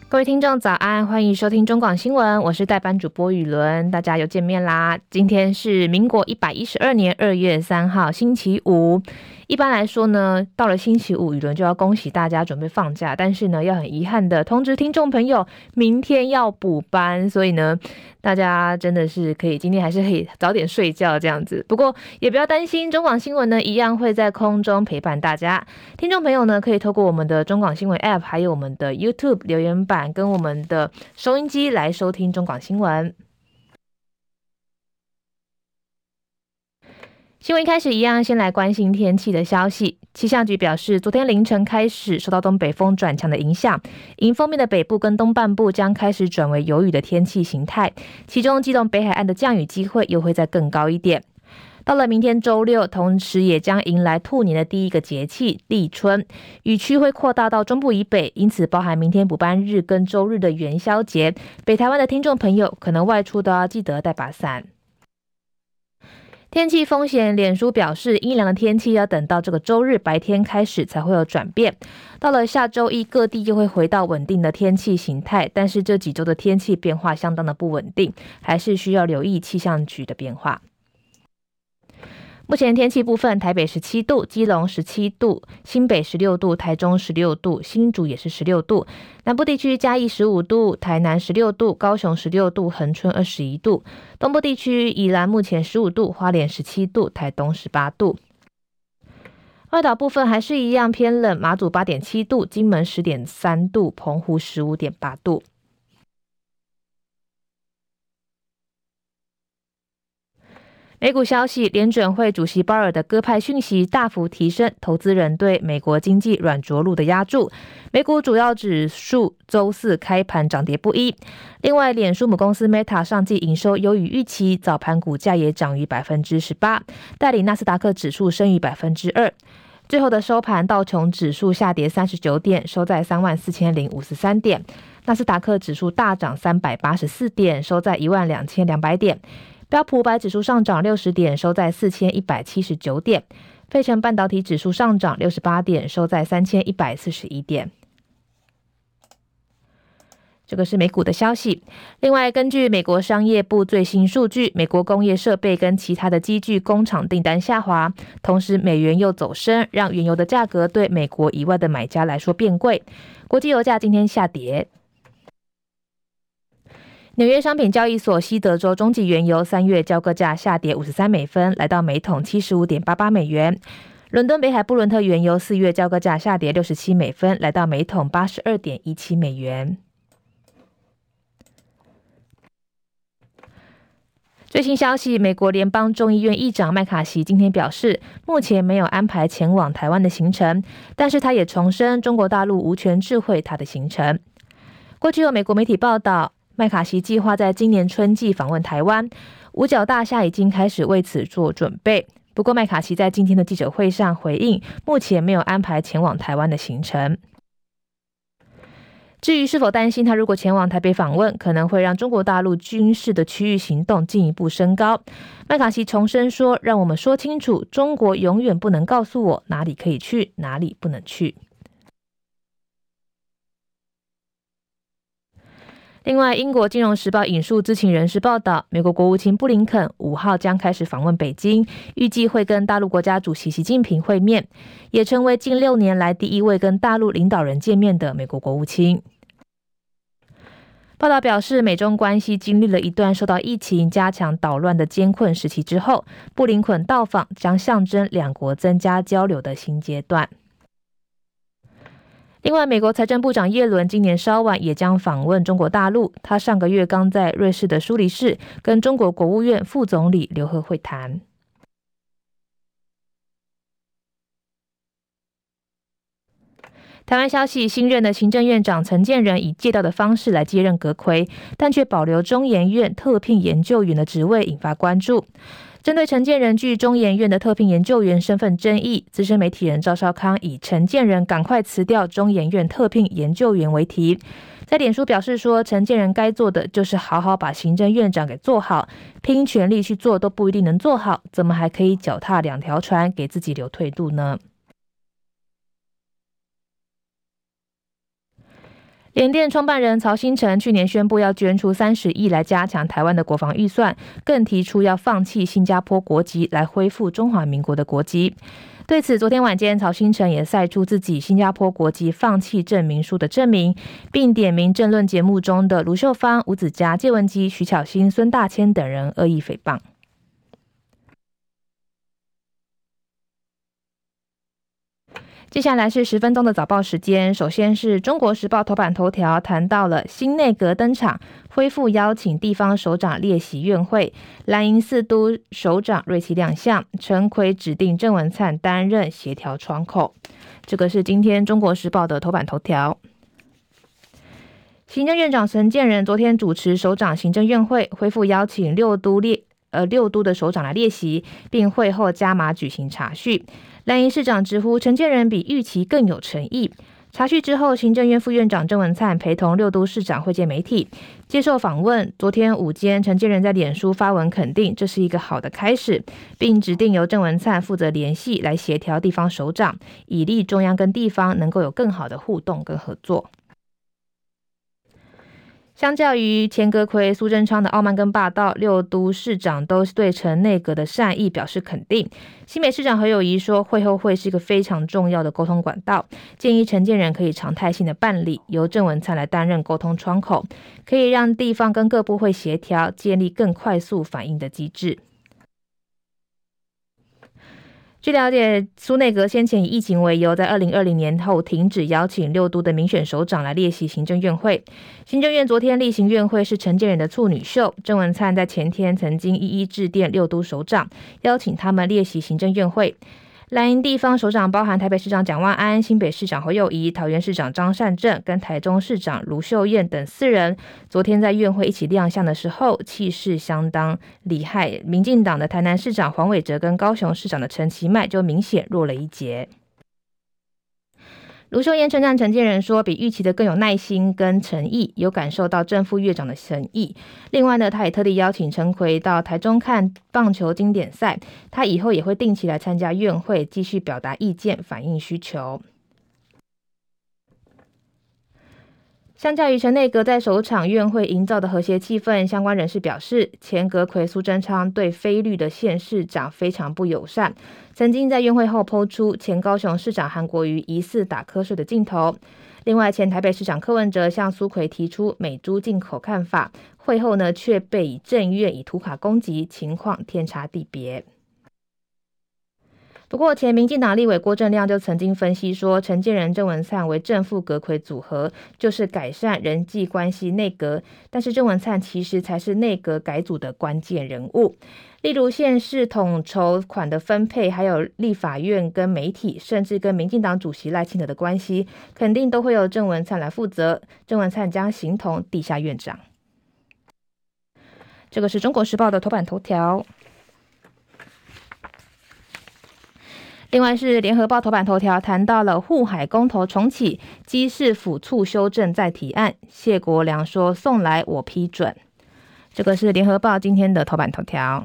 各位听众早安，欢迎收听中广新闻，我是代班主播雨伦，大家又见面啦。今天是民国112年2月3号星期五。一般来说呢，到了星期五，雨伦就要恭喜大家准备放假，但是呢，要很遗憾的通知听众朋友，明天要补班，所以呢，大家真的是今天还是可以早点睡觉这样子。不过也不要担心，中广新闻呢一样会在空中陪伴大家。听众朋友呢，可以透过我们的中广新闻 App， 还有我们的 YouTube 留言板跟我们的收音机来收听中广新闻。新闻一开始一样，先来关心天气的消息。气象局表示，昨天凌晨开始，受到东北风转强的影响，迎风面的北部跟东半部将开始转为有雨的天气形态，其中基隆北海岸的降雨机会又会再更高一点。到了明天周六，同时也将迎来兔年的第一个节气立春，雨区会扩大到中部以北，因此包含明天补班日跟周日的元宵节，北台湾的听众朋友可能外出都要记得带把伞。天气风险脸书表示，阴凉的天气要等到这个周日白天开始才会有转变，到了下周一各地又会回到稳定的天气形态，但是这几周的天气变化相当的不稳定，还是需要留意气象局的变化。目前天气部分，台北17度，基隆17度，新北16度，台中16度，新竹也是16度，南部地区嘉义15度，台南16度，高雄16度，恒春21度，东部地区宜兰目前15度，花莲17度，台东18度。外岛部分还是一样偏冷，马祖8.7度，金门10.3度，澎湖15.8度。美股消息，联准会主席鲍尔的鸽派讯息大幅提升投资人对美国经济软着陆的压注，美股主要指数周四开盘涨跌不一。另外，脸书母公司 Meta 上季营收优于预期，早盘股价也涨逾 18%， 带领纳斯达克指数升逾 2%。最后的收盘，道琼指数下跌39点，收在34,053点；纳斯达克指数大涨384点，收在12,200点。标普500指数上涨60点，收在4179点；费城半导体指数上涨68点，收在3141点。这个是美股的消息。另外，根据美国商业部最新数据，美国工业设备跟其他的机具工厂订单下滑，同时美元又走升，让原油的价格对美国以外的买家来说变贵。国际油价今天下跌。纽约商品交易所西德州中级原油3月交割价下跌53美分，来到每桶 75.88 美元。伦敦北海布伦特原油4月交割价下跌67美分，来到每桶 82.17 美元。最新消息，美国联邦众议院议长麦卡锡今天表示，目前没有安排前往台湾的行程，但是他也重申中国大陆无权智慧他的行程。过去有美国媒体报道，麦卡锡计划在今年春季访问台湾，五角大厦已经开始为此做准备。不过麦卡锡在今天的记者会上回应，目前没有安排前往台湾的行程。至于是否担心他如果前往台北访问，可能会让中国大陆军事的区域行动进一步升高，麦卡锡重申说，让我们说清楚，中国永远不能告诉我哪里可以去，哪里不能去。另外，英国金融时报引述知情人士报道，美国国务卿布林肯5号将开始访问北京，预计会跟大陆国家主席习近平会面，也成为近6年来第一位跟大陆领导人见面的美国国务卿。报道表示，美中关系经历了一段受到疫情加强捣乱的艰困时期之后，布林肯到访将象征两国增加交流的新阶段。另外，美国财政部长耶伦今年稍晚也将访问中国大陆，他上个月刚在瑞士的苏黎世跟中国国务院副总理刘鹤会谈。台湾消息，新任的行政院长陈建仁以借调的方式来接任阁揆，但却保留中研院特聘研究员的职位，引发关注。针对陈建仁具中研院的特聘研究员身份争议，资深媒体人赵少康以陈建仁赶快辞掉中研院特聘研究员为题，在脸书表示说，陈建仁该做的就是好好把行政院长给做好，拼全力去做都不一定能做好，怎么还可以脚踏两条船，给自己留退路呢？ 联电创办人曹兴诚去年宣布要捐出30亿来加强台湾的国防预算，更提出要放弃新加坡国籍来恢复中华民国的国籍。对此，昨天晚间曹兴诚也晒出自己新加坡国籍放弃证明书的证明，并点名政论节目中的卢秀芳、吴子嘉、谢文基、徐巧芯、孙大千等人恶意诽谤。接下来是10分钟的早报时间。首先是中国时报头版头条谈到了新内阁登场，恢复邀请地方首长列席院会，蓝营4都首长锐气亮相，陈奎指定郑文灿担任协调窗口。这个是今天中国时报的头版头条。行政院长陈建仁昨天主持首长行政院会，恢复邀请6都的首长来列席，并会后加码举行茶叙。蓝营市长直呼陈建仁比预期更有诚意。茶叙之后，行政院副院长郑文灿陪同6都市长会见媒体，接受访问。昨天午间，陈建仁在脸书发文肯定这是一个好的开始，并指定由郑文灿负责联系来协调地方首长，以利中央跟地方能够有更好的互动跟合作。相较于前阁揆苏贞昌的傲慢跟霸道，6都市长都对陈内阁的善意表示肯定。新北市长何友宜说，会后会是一个非常重要的沟通管道，建议陈建仁可以常态性的办理，由郑文灿来担任沟通窗口，可以让地方跟各部会协调，建立更快速反应的机制。据了解，苏内阁先前以疫情为由，在2020年后停止邀请6都的民选首长来列席行政院会。行政院昨天例行院会是陈建仁的处女秀，郑文灿在前天曾经一一致电6都首长，邀请他们列席行政院会。蓝营地方首长包含台北市长蒋万安、新北市长侯友宜、桃园市长张善政跟台中市长卢秀燕等4人，昨天在院会一起亮相的时候，气势相当厉害。民进党的台南市长黄伟哲跟高雄市长的陈其迈就明显弱了一截。卢秀燕称赞陈建仁说，比预期的更有耐心跟诚意，有感受到正副院长的诚意。另外呢，他也特地邀请陈奎到台中看棒球经典赛，他以后也会定期来参加院会，继续表达意见，反映需求。相较于陈内阁在首场院会营造的和谐气氛，相关人士表示，前阁揆苏贞昌对非绿的县市长非常不友善，曾经在院会后抛出前高雄市长韩国瑜疑似打瞌睡的镜头。另外，前台北市长柯文哲向苏揆提出美猪进口看法，会后呢却被以政院以图卡攻击，情况天差地别。不过，前民进党立委郭正亮就曾经分析说，陈建仁、郑文灿为正副阁揆组合，就是改善人际关系内阁，但是郑文灿其实才是内阁改组的关键人物。例如县市统筹款的分配，还有立法院跟媒体，甚至跟民进党主席赖清德的关系，肯定都会由郑文灿来负责。郑文灿将形同地下院长。这个是中国时报的头版头条。另外是联合报头版头条谈到了护海公投重启，基市府促修正再提案，谢国良说送来我批准。这个是联合报今天的头版头条。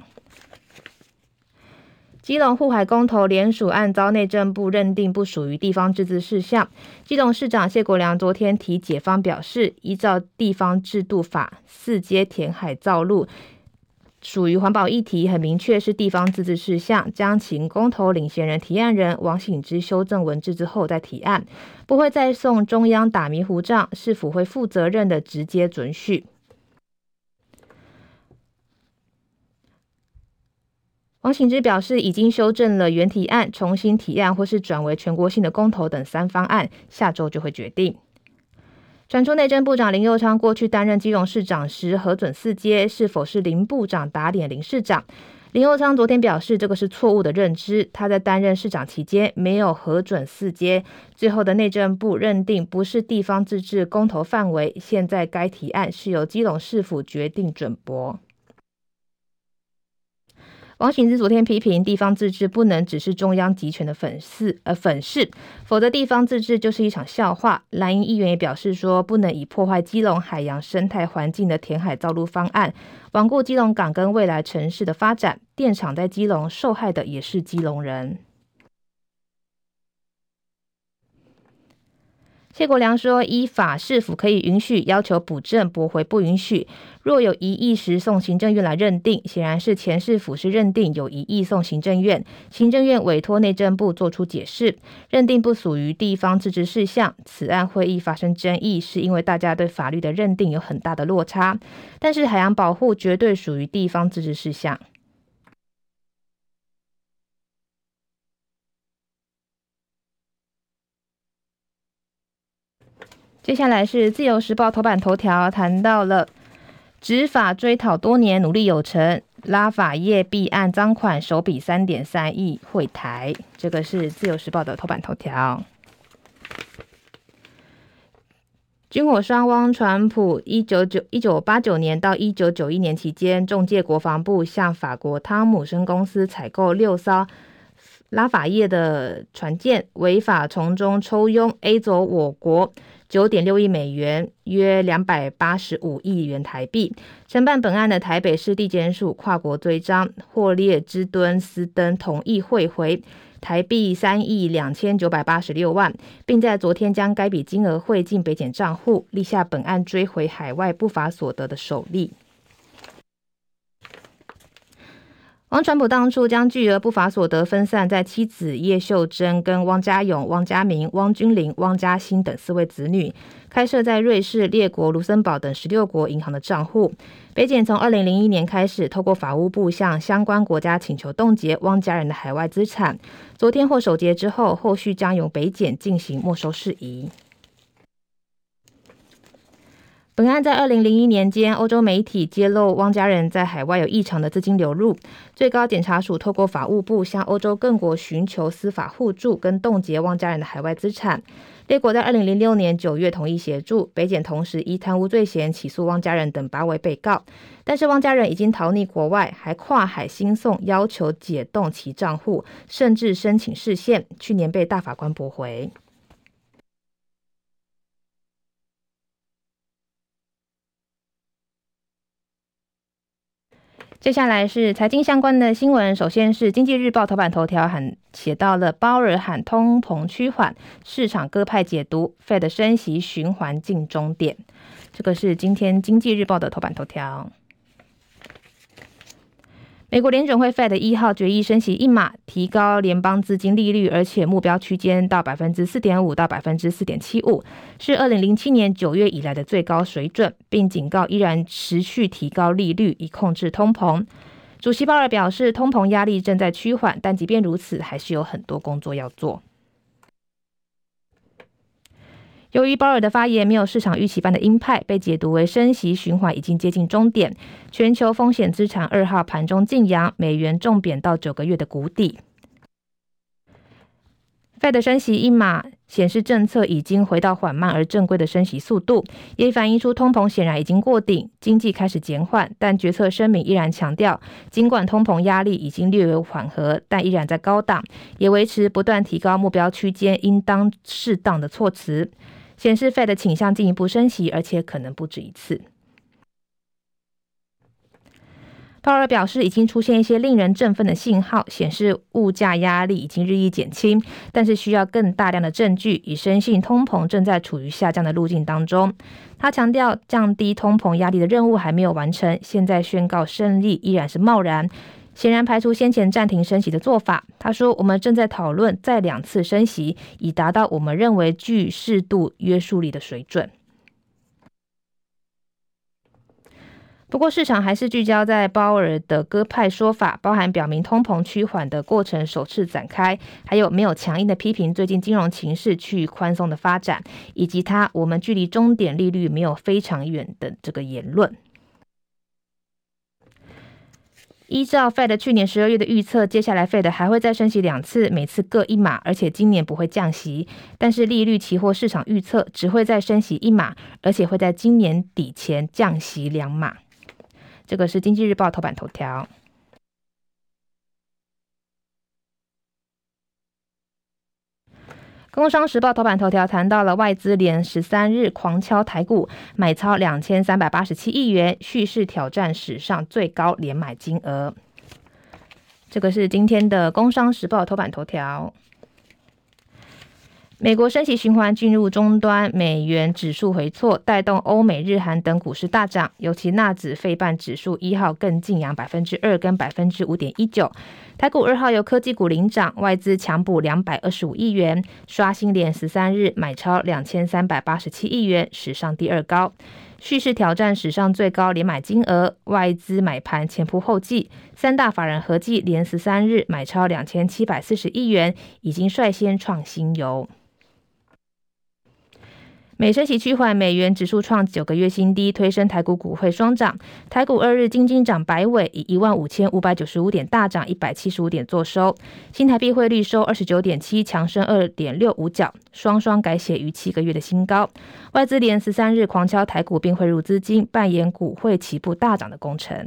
基隆护海公投联署案遭内政部认定不属于地方自治事项，基隆市长谢国良昨天提解方表示，依照地方制度法，4街填海造陆属于环保议题，很明确是地方自治事项，将请公投领衔人提案人王醒之修正文字之后再提案，不会再送中央打迷糊仗，市府会负责任的直接准许。王醒之表示，已经修正了原提案、重新提案或是转为全国性的公投等3方案，下周就会决定。传出内政部长林右昌过去担任基隆市长时核准4街，是否是林部长打脸林市长？林右昌昨天表示，这个是错误的认知，他在担任市长期间没有核准4街，最后的内政部认定不是地方自治公投范围，现在该提案是由基隆市府决定准驳。王醒之昨天批评地方自治不能只是中央集权的粉饰，否则地方自治就是一场笑话。蓝营议员也表示说，不能以破坏基隆海洋生态环境的填海造陆方案，罔顾基隆港跟未来城市的发展。电厂在基隆受害的也是基隆人。 谢国良说，依法市府可以允许要求补正，驳回不允许。若有疑义时送行政院来认定，显然是前市府是认定有疑义送行政院，行政院委托内政部做出解释，认定不属于地方自治事项。此案会议发生争议，是因为大家对法律的认定有很大的落差，但是海洋保护绝对属于地方自治事项。接下来是自由时报头版头条，谈到了执法追讨多年努力有成，拉法叶弊案赃款首笔3.3亿汇台，这个是自由时报的头版头条。军火商汪传普1989年到1991年期间，中介国防部向法国汤姆森公司采购6艘拉法叶的船舰，违法从中抽佣 A 走我国9.6亿美元，约285亿元台币。承办本案的台北市地检署跨国追章，霍列芝敦斯登同意汇回台币3亿2986万，并在昨天将该笔金额汇进北检账户，立下本案追回海外不法所得的首例。汪传普当初将巨额不法所得分散在妻子叶秀珍、跟汪家勇、汪家明、汪君玲、汪家欣等4位子女，开设在瑞士、列国、卢森堡等16国银行的账户。北检从2001年开始，透过法务部向相关国家请求冻结汪家人的海外资产。昨天获手结之后，后续将由北检进行没收事宜。本案在2001年间，欧洲媒体揭露汪家人在海外有异常的资金流入，最高检察署透过法务部向欧洲各国寻求司法互助跟冻结汪家人的海外资产。列国在2006年9月同意协助，北检同时依贪污罪嫌起诉汪家人等8位被告，但是汪家人已经逃匿国外，还跨海兴讼要求解冻其账户，甚至申请释宪，去年被大法官驳回。接下来是财经相关的新闻，首先是经济日报头版头条写到了鲍尔喊通膨趋缓，市场鸽派解读 Fed 升息循环近终点，这个是今天经济日报的头版头条。美国联准会 Fed 1号决议升息1码，提高联邦资金利率，而且目标区间到 4.5% 到 4.75%， 是2007年9月以来的最高水准，并警告依然持续提高利率以控制通膨。主席鲍尔表示，通膨压力正在趋缓，但即便如此，还是有很多工作要做。由于鲍尔的发言没有市场预期般的鹰派，被解读为升息循环已经接近终点。全球风险资产2号盘中净扬，美元重贬到9个月的谷底。Fed 升息1码显示政策已经回到缓慢而正规的升息速度，也反映出通膨显然已经过顶，经济开始减缓。但决策声明依然强调，尽管通膨压力已经略有缓和，但依然在高档，也维持不断提高目标区间应当适当的措辞，显示 Fed 倾向进一步升息，而且可能不止一次。鲍尔表示，已经出现一些令人振奋的信号，显示物价压力已经日益减轻，但是需要更大量的证据，以深信通膨正在处于下降的路径当中。他强调，降低通膨压力的任务还没有完成，现在宣告胜利依然是贸然，显然排除先前暂停升息的做法。他说，我们正在讨论再2次升息，以达到我们认为具适度约束力的水准。不过市场还是聚焦在鲍尔的鸽派说法，包含表明通膨趋缓的过程首次展开，还有没有强硬的批评最近金融情势趋于宽松的发展，以及我们距离终点利率没有非常远的这个言论。依照 Fed 去年12月的预测，接下来 Fed 还会再升息2次，每次各1码，而且今年不会降息。但是利率期货市场预测只会再升息1码，而且会在今年底前降息2码。这个是经济日报头版头条。工商时报头版头条谈到了外资连13日狂敲台股，买超2387亿元，蓄势挑战史上最高连买金额。这个是今天的工商时报头版头条。 美国升息循环进入终端，美元指数回挫，带动欧美日韩等股市大涨，尤其纳指费半指数1号更劲扬 2% 跟 5.19%。台股2号由科技股领涨，外资强补225亿元，刷新连13日买超2387亿元，史上第2高。蓄势挑战史上最高连买金额，外资买盘前仆后继，三大法人合计连13日买超2740亿元，已经率先创新高。美升息趋缓，美元指数创9个月新低，推升台股股汇双涨。台股2日金涨百尾，以15595点大涨175点作收。新台币汇率收29.7，强升2.65角，双改写逾7个月的新高。外资连13日狂敲台股，并汇入资金，扮演股汇齐步大涨的功臣。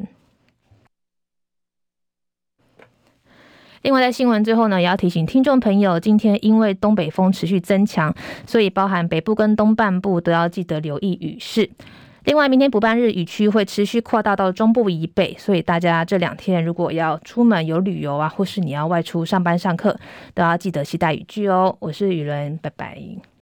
另外在新闻最后呢，也要提醒听众朋友，今天因为东北风持续增强，所以包含北部跟东半部都要记得留意雨势。另外明天补班日雨区会持续扩大到中部以北，所以大家这2天如果要出门有旅游啊，或是你要外出上班上课，都要记得携带雨具哦。我是雨伦，拜拜。